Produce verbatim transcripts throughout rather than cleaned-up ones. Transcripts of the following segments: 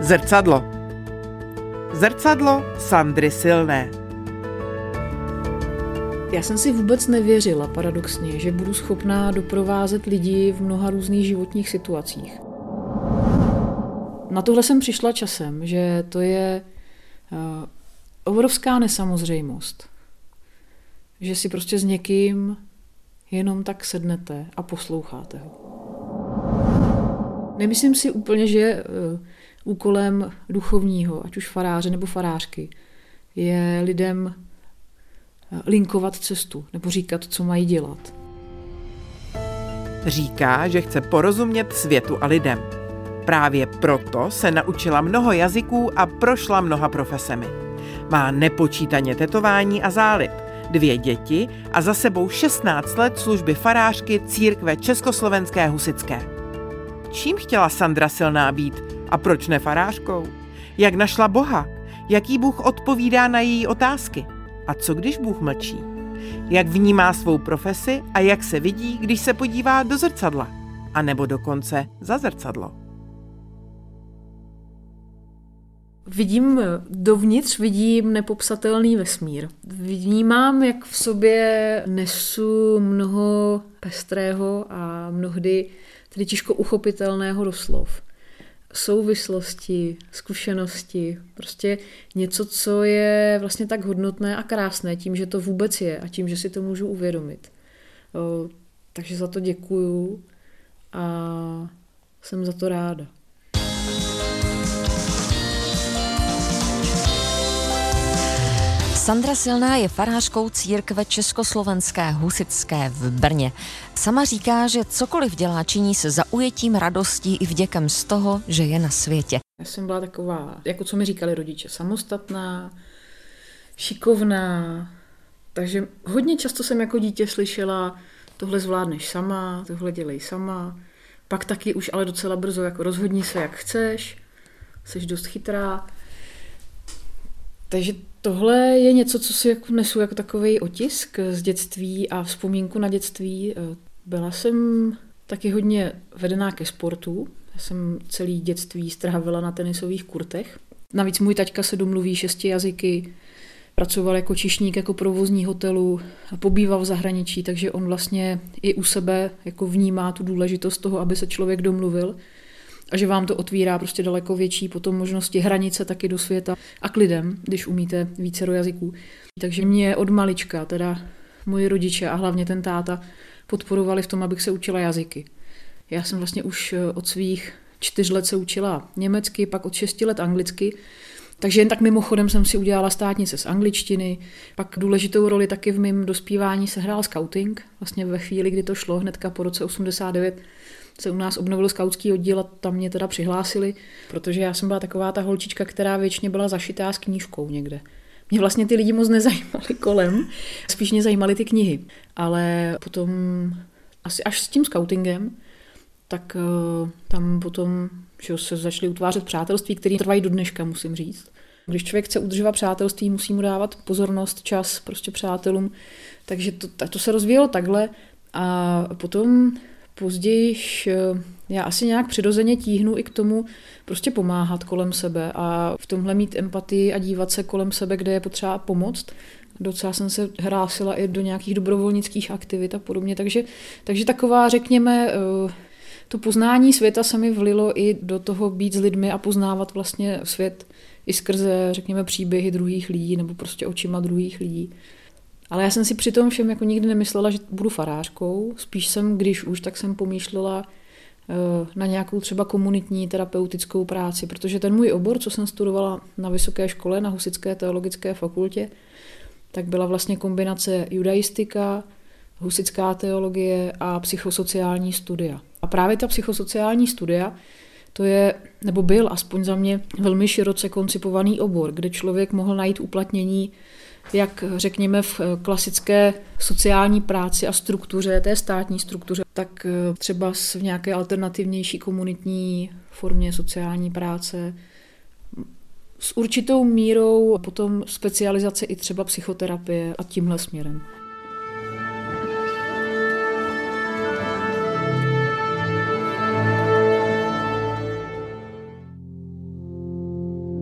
Zrcadlo. Zrcadlo Sandry Silné. Já jsem si vůbec nevěřila, paradoxně, že budu schopná doprovázet lidi v mnoha různých životních situacích. Na tohle jsem přišla časem, že to je uh, obrovská nesamozřejmost. Že si prostě s někým jenom tak sednete a posloucháte ho. Nemyslím si úplně, že uh, úkolem duchovního, ať už faráře nebo farářky, je lidem linkovat cestu nebo říkat, co mají dělat. Říká, že chce porozumět světu a lidem. Právě proto se naučila mnoho jazyků a prošla mnoha profesemi. Má nepočítaně tetování a zálib, dvě děti a za sebou šestnáct let služby farářky církve Československé husitské. Čím chtěla Sandra Silná být a proč ne farářkou? Jak našla Boha? Jaký Bůh odpovídá na její otázky? A co když Bůh mlčí? Jak vnímá svou profesi a jak se vidí, když se podívá do zrcadla? A nebo dokonce za zrcadlo? Vidím dovnitř, vidím nepopsatelný vesmír. Vnímám, jak v sobě nesu mnoho pestrého a mnohdy tedy těžko uchopitelného do slov. Souvislosti, zkušenosti, prostě něco, co je vlastně tak hodnotné a krásné tím, že to vůbec je a tím, že si to můžu uvědomit. O, takže za to děkuju a jsem za to ráda. Sandra Silná je farářkou církve Československé husitské v Brně. Sama říká, že cokoliv dělá, činí se zaujetím, radostí i vděkem z toho, že je na světě. Já jsem byla taková, jako co mi říkali rodiče, samostatná, šikovná, takže hodně často jsem jako dítě slyšela, tohle zvládneš sama, tohle dělej sama, pak taky už ale docela brzo, jako rozhodni se, jak chceš, jsi dost chytrá. Takže tohle je něco, co si jako nesu jako takovej otisk z dětství a vzpomínku na dětství. Byla jsem taky hodně vedená ke sportu. Já jsem celý dětství strávila na tenisových kurtech. Navíc můj taťka se domluví šesti jazyky, pracoval jako čišník, jako provozní hotelu, pobýval v zahraničí, takže on vlastně i u sebe jako vnímá tu důležitost toho, aby se člověk domluvil. A že vám to otvírá prostě daleko větší potom možnosti hranice taky do světa a k lidem, když umíte vícero jazyků. Takže mě od malička, teda moji rodiče a hlavně ten táta podporovali v tom, abych se učila jazyky. Já jsem vlastně už od svých čtyř let se učila německy, pak od šesti let anglicky, takže jen tak mimochodem jsem si udělala státnice z angličtiny. Pak důležitou roli taky v mém dospívání se hrál skauting, vlastně ve chvíli, kdy to šlo, hnedka po roce osmdesát devět, se u nás obnovil skautský oddíl a tam mě teda přihlásili, protože já jsem byla taková ta holčička, která věčně byla zašitá s knížkou někde. Mě vlastně ty lidi moc nezajímali kolem, spíš mě zajímaly ty knihy. Ale potom asi až s tím skautingem, tak uh, tam potom že se začaly utvářet přátelství, které trvají do dneška, musím říct. Když člověk chce udržovat přátelství, musí mu dávat pozornost, čas prostě přátelům. Takže to, to se rozvíjelo takhle a potom později já asi nějak přirozeně tíhnu i k tomu prostě pomáhat kolem sebe a v tomhle mít empatii a dívat se kolem sebe, kde je potřeba pomoct. Docela jsem se hlásila i do nějakých dobrovolnických aktivit a podobně, takže, takže taková, řekněme, to poznání světa se mi vlilo i do toho být s lidmi a poznávat vlastně svět i skrze, řekněme, příběhy druhých lidí nebo prostě očima druhých lidí. Ale já jsem si při tom všem jako nikdy nemyslela, že budu farářkou. Spíš jsem, když už, tak jsem pomýšlela na nějakou třeba komunitní terapeutickou práci, protože ten můj obor, co jsem studovala na vysoké škole, na Husitské teologické fakultě, tak byla vlastně kombinace judaistika, husitská teologie a psychosociální studia. A právě ta psychosociální studia, to je, nebo byl aspoň za mě, velmi široce koncipovaný obor, kde člověk mohl najít uplatnění jak řekněme v klasické sociální práci a struktuře, té státní struktuře, tak třeba v nějaké alternativnější komunitní formě sociální práce s určitou mírou potom specializace i třeba psychoterapie a tímhle směrem.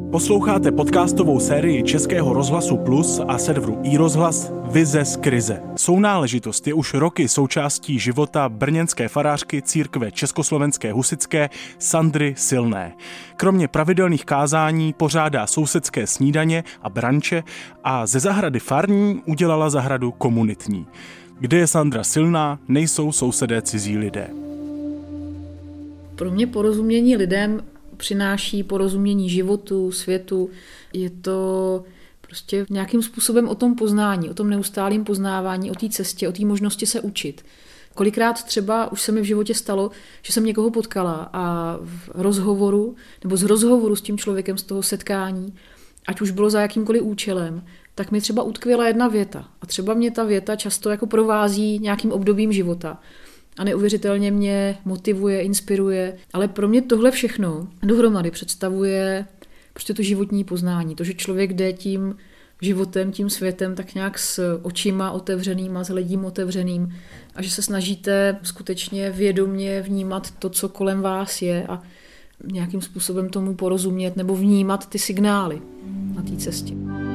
Posloucháte podcastovou sérii Českého rozhlasu Plus a serveru iRozhlas Vize z krize. Sounáležitost je už roky součástí života brněnské farářky církve československé husitské Sandry Silné. Kromě pravidelných kázání pořádá sousedské snídaně a branče a ze zahrady farní udělala zahradu komunitní. Kde je Sandra silná, nejsou sousedé cizí lidé. Pro mě porozumění lidem přináší porozumění životu, světu. Je to prostě nějakým způsobem o tom poznání, o tom neustálém poznávání, o té cestě, o té možnosti se učit. Kolikrát třeba už se mi v životě stalo, že jsem někoho potkala a v rozhovoru, nebo z rozhovoru s tím člověkem, z toho setkání, ať už bylo za jakýmkoliv účelem, tak mi třeba utkvěla jedna věta. A třeba mě ta věta často jako provází nějakým obdobím života. A neuvěřitelně mě motivuje, inspiruje. Ale pro mě tohle všechno dohromady představuje prostě to životní poznání. To, že člověk jde tím životem, tím světem tak nějak s očima otevřenýma, s hledím otevřeným a že se snažíte skutečně vědomě vnímat to, co kolem vás je a nějakým způsobem tomu porozumět nebo vnímat ty signály na té cestě.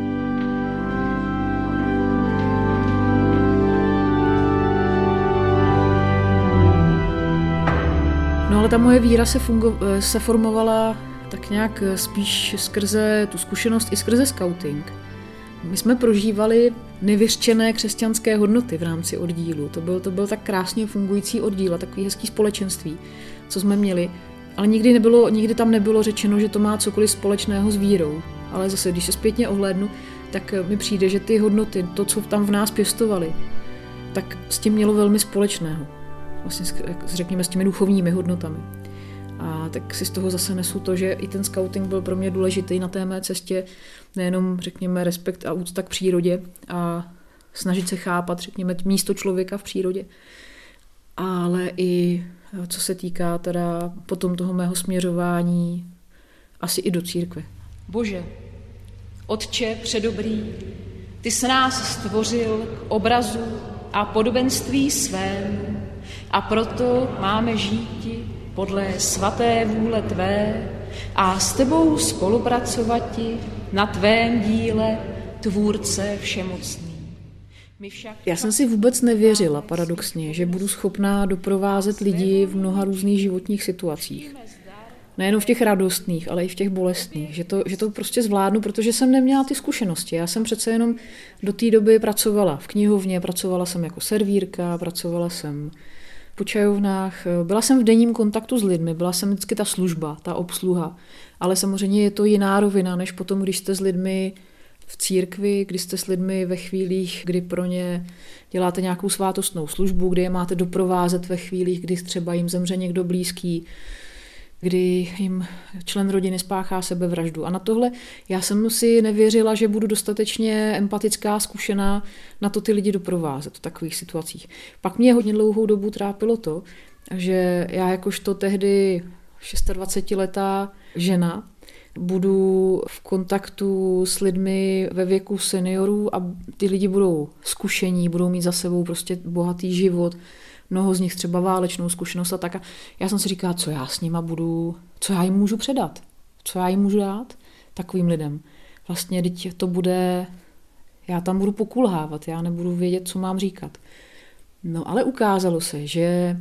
No ale ta moje víra se, fungo- se formovala tak nějak spíš skrze tu zkušenost i skrze skauting. My jsme prožívali nevyřčené křesťanské hodnoty v rámci oddílu. To byl, to byl tak krásně fungující oddíl a takový hezký společenství, co jsme měli. Ale nikdy, nebylo, nikdy tam nebylo řečeno, že to má cokoliv společného s vírou. Ale zase, když se zpětně ohlédnu, tak mi přijde, že ty hodnoty, to, co tam v nás pěstovali, tak s tím mělo velmi společného. Vlastně řekněme s těmi duchovními hodnotami. A tak si z toho zase nesu to, že i ten skauting byl pro mě důležitý na té mé cestě, nejenom řekněme respekt a úcta k přírodě a snažit se chápat, řekněme, místo člověka v přírodě, ale i co se týká teda potom toho mého směřování asi i do církve. Bože, Otče předobrý, ty jsi nás stvořil k obrazu a podobenství svému a proto máme žíti podle svaté vůle tvé a s tebou spolupracovati na tvém díle, tvůrce všemocný. Však... Já jsem si vůbec nevěřila, paradoxně, že budu schopná doprovázet lidi v mnoha různých životních situacích. Nejenom v těch radostných, ale i v těch bolestných. Že to, že to prostě zvládnu, protože jsem neměla ty zkušenosti. Já jsem přece jenom do té doby pracovala v knihovně, pracovala jsem jako servírka, pracovala jsem po čajovnách. Byla jsem v denním kontaktu s lidmi, byla jsem vždycky ta služba, ta obsluha. Ale samozřejmě je to jiná rovina, než potom, když jste s lidmi v církvi, kdy jste s lidmi ve chvílích, kdy pro ně děláte nějakou svátostnou službu, kdy je máte doprovázet ve chvílích, kdy třeba jim zemře někdo blízký, kdy jim člen rodiny spáchá sebevraždu. A na tohle já jsem si nevěřila, že budu dostatečně empatická, zkušená na to ty lidi doprovázet v takových situacích. Pak mě hodně dlouhou dobu trápilo to, že já jakožto tehdy dvacetišestiletá žena budu v kontaktu s lidmi ve věku seniorů a ty lidi budou zkušení, budou mít za sebou prostě bohatý život, mnoho z nich třeba válečnou zkušenost a tak. A já jsem si říkala, co já s nima budu, co já jim můžu předat, co já jim můžu dát takovým lidem. Vlastně teď to bude, já tam budu pokulhávat, já nebudu vědět, co mám říkat. No ale ukázalo se, že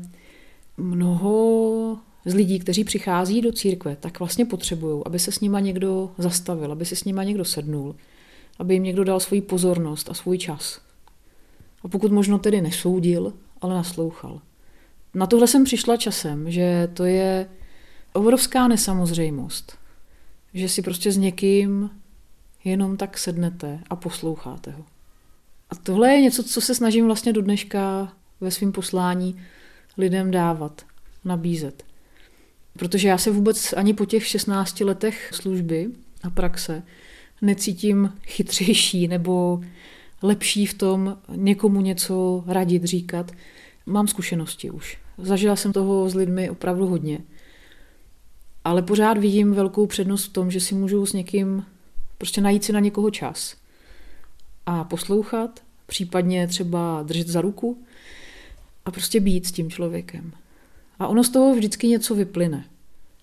mnoho z lidí, kteří přichází do církve, tak vlastně potřebují, aby se s nima někdo zastavil, aby se s nima někdo sednul, aby jim někdo dal svoji pozornost a svůj čas. A pokud možno tedy nesoudil, ale naslouchal. Na tohle jsem přišla časem, že to je obrovská nesamozřejmost, že si prostě s někým jenom tak sednete a posloucháte ho. A tohle je něco, co se snažím vlastně do dneška ve svém poslání lidem dávat, nabízet. Protože já se vůbec ani po těch šestnácti letech služby a praxe necítím chytřejší nebo lepší v tom někomu něco radit, říkat. Mám zkušenosti už. Zažila jsem toho s lidmi opravdu hodně. Ale pořád vidím velkou přednost v tom, že si můžu s někým prostě najít si na někoho čas a poslouchat, případně třeba držet za ruku a prostě být s tím člověkem. A ono z toho vždycky něco vyplyne.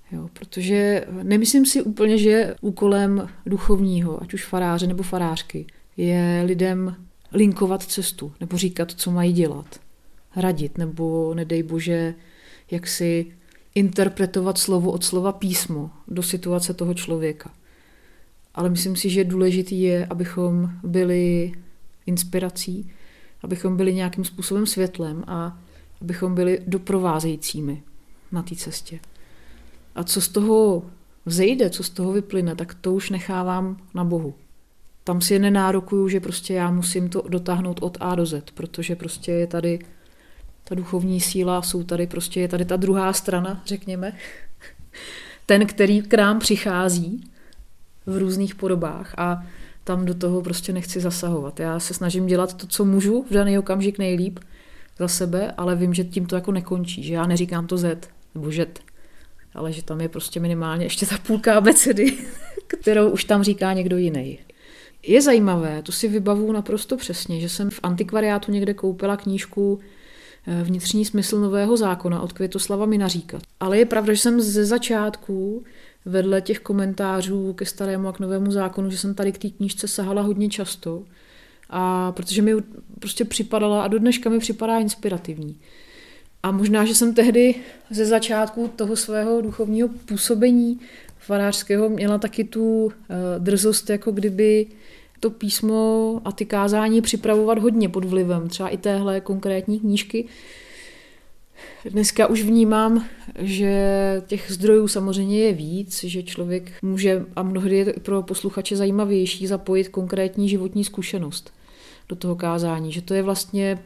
Jo, protože nemyslím si úplně, že úkolem duchovního, ať už faráře nebo farářky, je lidem linkovat cestu nebo říkat, co mají dělat. Radit nebo, nedej bože, jak si interpretovat slovo od slova písmo do situace toho člověka. Ale myslím si, že důležitý je, abychom byli inspirací, abychom byli nějakým způsobem světlem a abychom byli doprovázejícími na té cestě. A co z toho vzejde, co z toho vyplyne, tak to už nechávám na Bohu. Tam si nenárokuju, že prostě já musím to dotáhnout od A do Z, protože prostě je tady ta duchovní síla, jsou tady prostě je tady ta druhá strana, řekněme. Ten, který k nám přichází v různých podobách a tam do toho prostě nechci zasahovat. Já se snažím dělat to, co můžu v daný okamžik nejlíp za sebe, ale vím, že tím to jako nekončí, že já neříkám to Z nebo žet, ale že tam je prostě minimálně ještě ta půlka abecedy, kterou už tam říká někdo jiný. Je zajímavé, to si vybavuju naprosto přesně, že jsem v antikvariátu někde koupila knížku Vnitřní smysl nového zákona od Květoslava Minaříka. Ale je pravda, že jsem ze začátku vedle těch komentářů ke starému a k novému zákonu, že jsem tady k té knížce sahala hodně často, a protože mi prostě připadala a do dneška mi připadá inspirativní. A možná, že jsem tehdy ze začátku toho svého duchovního působení farářského měla taky tu drzost, jako kdyby to písmo a ty kázání připravovat hodně pod vlivem třeba i téhle konkrétní knížky. Dneska už vnímám, že těch zdrojů samozřejmě je víc, že člověk může, a mnohdy je to i pro posluchače zajímavější, zapojit konkrétní životní zkušenost do toho kázání, že to je vlastně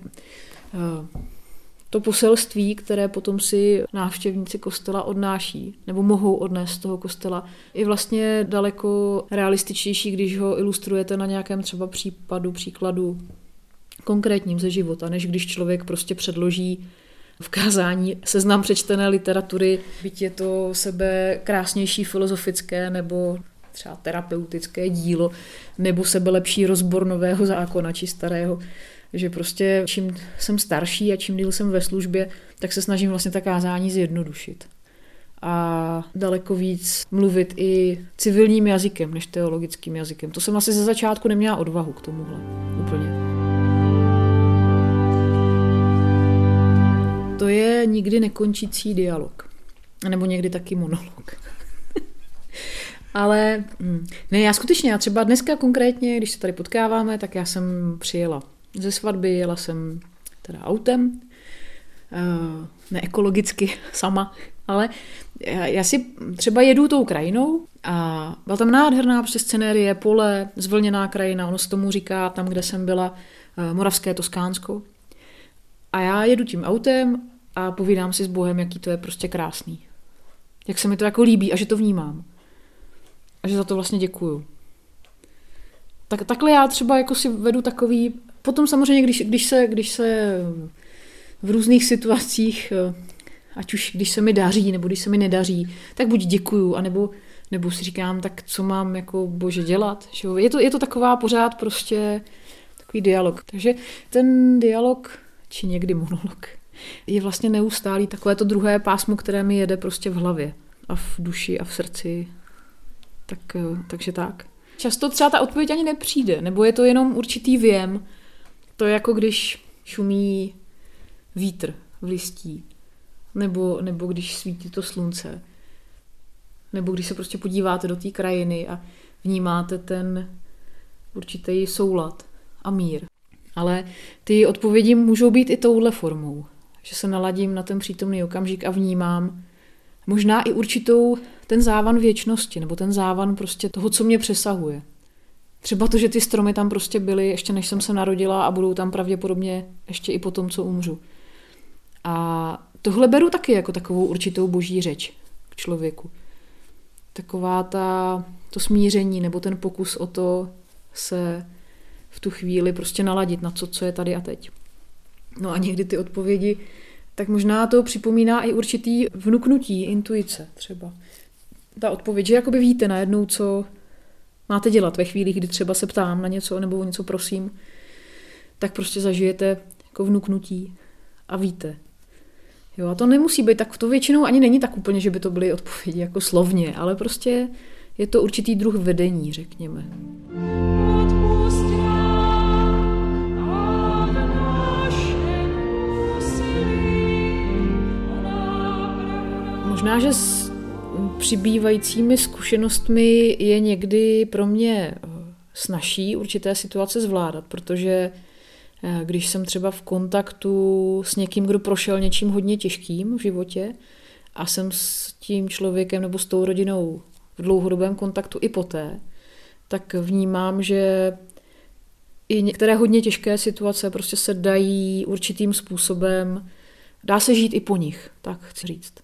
to poselství, které potom si návštěvníci kostela odnáší, nebo mohou odnést z toho kostela, je vlastně daleko realističtější, když ho ilustrujete na nějakém třeba případu, příkladu konkrétním ze života, než když člověk prostě předloží v kázání seznam přečtené literatury, byť je to sebe krásnější filozofické nebo třeba terapeutické dílo, nebo sebe lepší rozbor nového zákona či starého. Že prostě čím jsem starší a čím díl jsem ve službě, tak se snažím vlastně ta kázání zjednodušit. A daleko víc mluvit i civilním jazykem, než teologickým jazykem. To jsem asi ze začátku neměla odvahu k tomuhle. Úplně. To je nikdy nekončící dialog. Nebo někdy taky monolog. Ale ne, já skutečně, já třeba dneska konkrétně, když se tady potkáváme, tak já jsem přijela ze svatby, jela jsem teda autem, neekologicky sama, ale já si třeba jedu tou krajinou a byla tam nádherná prostě scenérie, pole, zvlněná krajina, ono se tomu říká tam, kde jsem byla, Moravské Toskánsko. A já jedu tím autem a povídám si s Bohem, jaký to je prostě krásný. Jak se mi to jako líbí a že to vnímám. A že za to vlastně děkuju. Tak, takhle já třeba jako si vedu takový. Potom samozřejmě, když, když, se, když se v různých situacích, ať už když se mi daří, nebo když se mi nedaří, tak buď děkuju, anebo, nebo si říkám, tak co mám jako Bože dělat. Že? Je, to, je to taková pořád prostě takový dialog. Takže ten dialog, či někdy monolog, je vlastně neustálý takové to druhé pásmo, které mi jede prostě v hlavě a v duši a v srdci. Tak, takže tak. Často třeba ta odpověď ani nepřijde, nebo je to jenom určitý věm. To je jako když šumí vítr v listí, nebo, nebo když svítí to slunce, nebo když se prostě podíváte do té krajiny a vnímáte ten určitý soulad a mír. Ale ty odpovědi můžou být i touhle formou, že se naladím na ten přítomný okamžik a vnímám možná i určitou ten závan věčnosti, nebo ten závan prostě toho, co mě přesahuje. Třeba to, že ty stromy tam prostě byly, ještě než jsem se narodila a budou tam pravděpodobně ještě i po tom, co umřu. A tohle beru taky jako takovou určitou boží řeč k člověku. Taková ta, to smíření, nebo ten pokus o to se v tu chvíli prostě naladit na to, co je tady a teď. No a někdy ty odpovědi, tak možná to připomíná i určitý vnuknutí, intuice třeba. Ta odpověď, že jakoby víte najednou, co máte dělat ve chvíli, kdy třeba se ptám na něco nebo o něco prosím, tak prostě zažijete jako vnuknutí a víte. Jo, a to nemusí být tak, to většinou ani není tak úplně, že by to byly odpovědi jako slovně, ale prostě je to určitý druh vedení, řekněme. Možná, že s přibývajícími zkušenostmi je někdy pro mě snazší určité situace zvládat, protože když jsem třeba v kontaktu s někým, kdo prošel něčím hodně těžkým v životě a jsem s tím člověkem nebo s tou rodinou v dlouhodobém kontaktu i poté, tak vnímám, že i některé hodně těžké situace prostě se dají určitým způsobem, dá se žít i po nich, tak chci říct.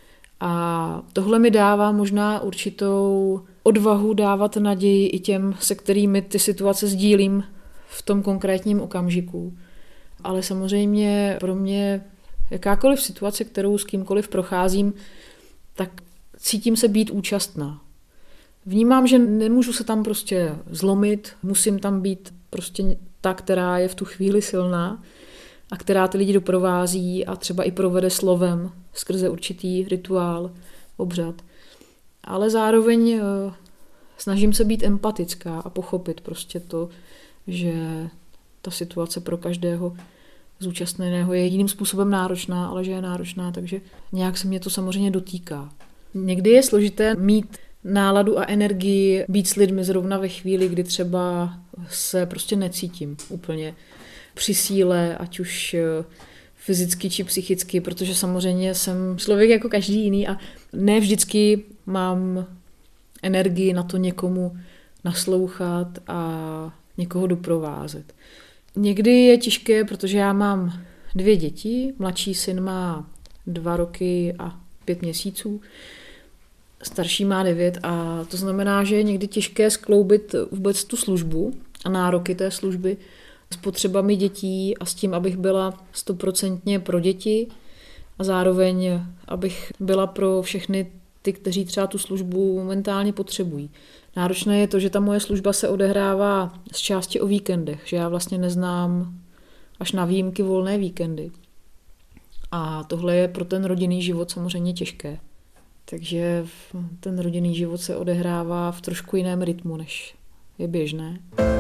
A tohle mi dává možná určitou odvahu dávat naději i těm, se kterými ty situace sdílím v tom konkrétním okamžiku. Ale samozřejmě pro mě jakákoliv situace, kterou s kýmkoliv procházím, tak cítím se být účastná. Vnímám, že nemůžu se tam prostě zlomit, musím tam být prostě ta, která je v tu chvíli silná a která ty lidi doprovází a třeba i provede slovem skrze určitý rituál, obřad. Ale zároveň snažím se být empatická a pochopit prostě to, že ta situace pro každého zúčastněného je jiným způsobem náročná, ale že je náročná, takže nějak se mě to samozřejmě dotýká. Někdy je složité mít náladu a energii být s lidmi zrovna ve chvíli, kdy třeba se prostě necítím úplně při síle, ať už fyzicky či psychicky, protože samozřejmě jsem člověk jako každý jiný a ne vždycky mám energii na to někomu naslouchat a někoho doprovázet. Někdy je těžké, protože já mám dvě děti, mladší syn má dva roky a pět měsíců, starší má devět a to znamená, že je někdy těžké skloubit vůbec tu službu a nároky té služby s potřebami dětí a s tím, abych byla stoprocentně pro děti a zároveň, abych byla pro všechny ty, kteří třeba tu službu momentálně potřebují. Náročné je to, že ta moje služba se odehrává z části o víkendech, že já vlastně neznám až na výjimky volné víkendy. A tohle je pro ten rodinný život samozřejmě těžké. Takže ten rodinný život se odehrává v trošku jiném rytmu, než je běžné.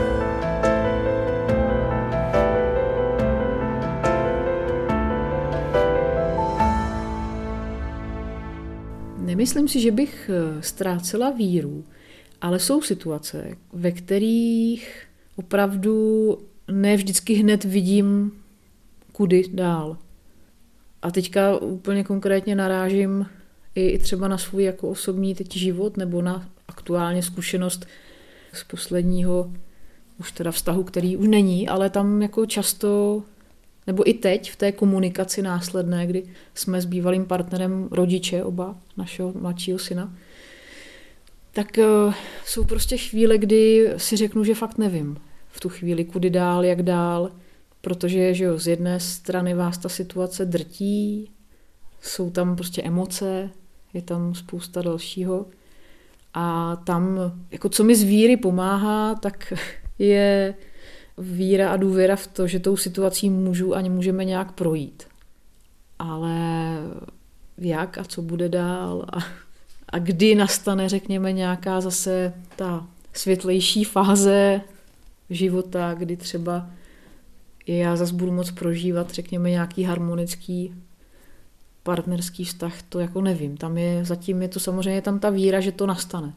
Nemyslím si, že bych ztrácela víru, ale jsou situace, ve kterých opravdu ne vždycky hned vidím, kudy dál. A teďka úplně konkrétně narážím i třeba na svůj jako osobní teď život nebo na aktuálně zkušenost z posledního už teda vztahu, který už není, ale tam jako často, nebo i teď v té komunikaci následné, kdy jsme s bývalým partnerem rodiče oba našeho mladšího syna, tak uh, jsou prostě chvíle, kdy si řeknu, že fakt nevím v tu chvíli, kudy dál, jak dál, protože že jo, z jedné strany vás ta situace drtí, jsou tam prostě emoce, je tam spousta dalšího a tam, jako co mi z víry pomáhá, tak je víra a důvěra v to, že tou situací můžu a můžeme nějak projít. Ale jak a co bude dál a, a kdy nastane, řekněme, nějaká zase ta světlejší fáze života, kdy třeba já zase budu moc prožívat, řekněme, nějaký harmonický partnerský vztah, to jako nevím. Tam je, zatím je to samozřejmě tam ta víra, že to nastane.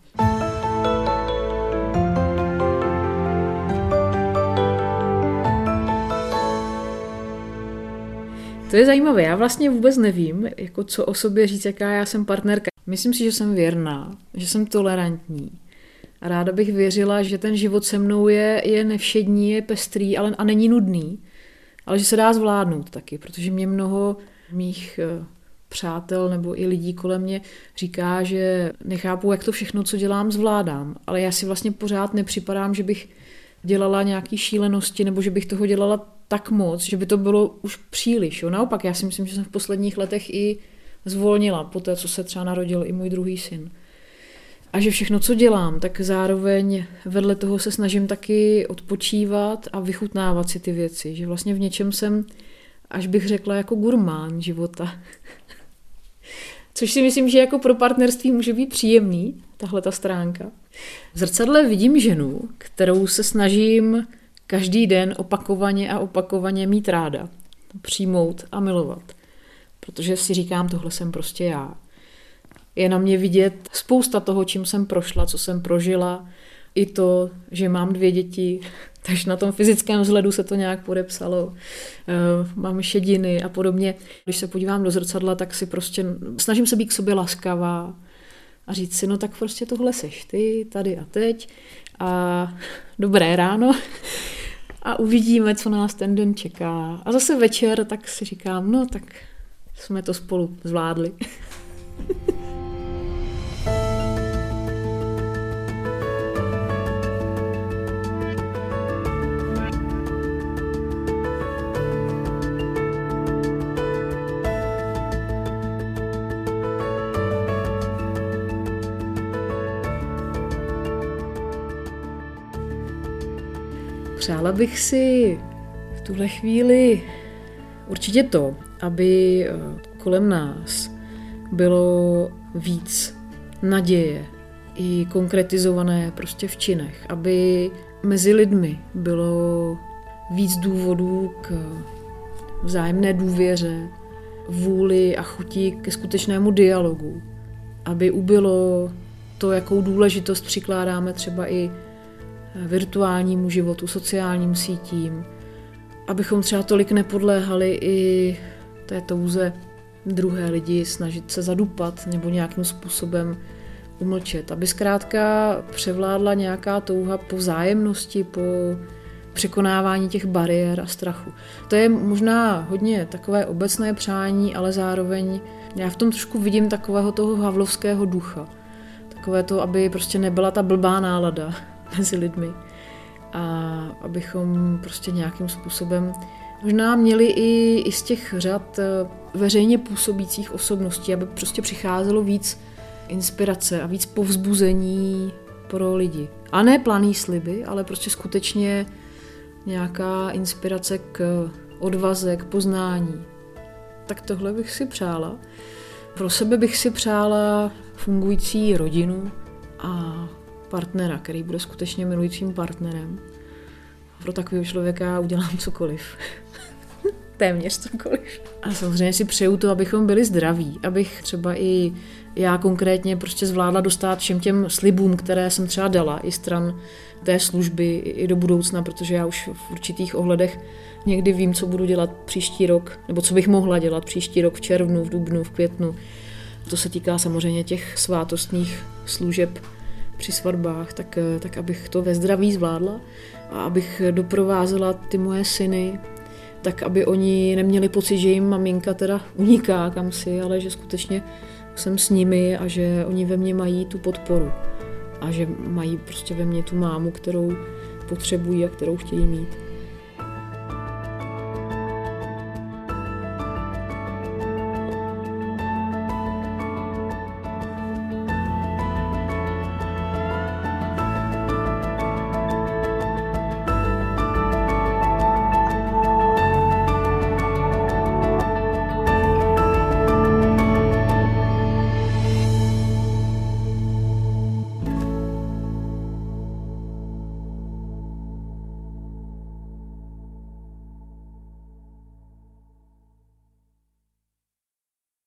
To je zajímavé, já vlastně vůbec nevím, jako co o sobě říct, jaká já jsem partnerka. Myslím si, že jsem věrná, že jsem tolerantní. A ráda bych věřila, že ten život se mnou je, je nevšední, je pestrý ale, a není nudný, ale že se dá zvládnout taky, protože mě mnoho mých přátel nebo i lidí kolem mě říká, že nechápu, jak to všechno, co dělám, zvládám. Ale já si vlastně pořád nepřipadám, že bych dělala nějaké šílenosti nebo že bych toho dělala tak moc, že by to bylo už příliš. Jo? Naopak, já si myslím, že jsem v posledních letech i zvolnila po té, co se třeba narodil i můj druhý syn. A že všechno, co dělám, tak zároveň vedle toho se snažím taky odpočívat a vychutnávat si ty věci. Že vlastně v něčem jsem až bych řekla jako gurmán života. Což si myslím, že jako pro partnerství může být příjemný, tahle ta stránka. V zrcadle vidím ženu, kterou se snažím každý den opakovaně a opakovaně mít ráda, přijmout a milovat. Protože si říkám, tohle jsem prostě já. Je na mě vidět spousta toho, čím jsem prošla, co jsem prožila, i to, že mám dvě děti, takže na tom fyzickém vzhledu se to nějak podepsalo. Mám šediny a podobně. Když se podívám do zrcadla, tak si prostě snažím se být k sobě laskavá a říct si, no tak prostě tohle seš ty, tady a teď a dobré ráno a uvidíme, co nás ten den čeká. A zase večer tak si říkám, no tak jsme to spolu zvládli. Přála bych si v tuhle chvíli určitě to, aby kolem nás bylo víc naděje i konkretizované prostě v činech, aby mezi lidmi bylo víc důvodů k vzájemné důvěře, vůli a chuti ke skutečnému dialogu, aby ubylo to, jakou důležitost přikládáme třeba i virtuálnímu životu, sociálním sítím, abychom třeba tolik nepodléhali i té touze druhé lidi snažit se zadupat nebo nějakým způsobem umlčet, aby zkrátka převládla nějaká touha po vzájemnosti, po překonávání těch bariér a strachu. To je možná hodně takové obecné přání, ale zároveň já v tom trošku vidím takového toho havlovského ducha. Takové to, aby prostě nebyla ta blbá nálada mezi lidmi a abychom prostě nějakým způsobem možná měli i, i z těch řad veřejně působících osobností, aby prostě přicházelo víc inspirace a víc povzbuzení pro lidi. A ne planý sliby, ale prostě skutečně nějaká inspirace k odvaze, k poznání. Tak tohle bych si přála. Pro sebe bych si přála fungující rodinu a partnera, který bude skutečně milujícím partnerem. Pro takového člověka udělám cokoliv. Téměř cokoliv. A samozřejmě si přeju to, abychom byli zdraví, abych třeba i já konkrétně prostě zvládla dostat všem těm slibům, které jsem třeba dala i stran té služby i do budoucna, protože já už v určitých ohledech někdy vím, co budu dělat příští rok, nebo co bych mohla dělat příští rok v červnu, v dubnu, v květnu. To se týká samozřejmě těch svátostních služeb při svatbách, tak, tak abych to ve zdraví zvládla a abych doprovázela ty moje syny, tak aby oni neměli pocit, že jim maminka teda uniká kamsi, ale že skutečně jsem s nimi a že oni ve mně mají tu podporu a že mají prostě ve mně tu mámu, kterou potřebují a kterou chtějí mít.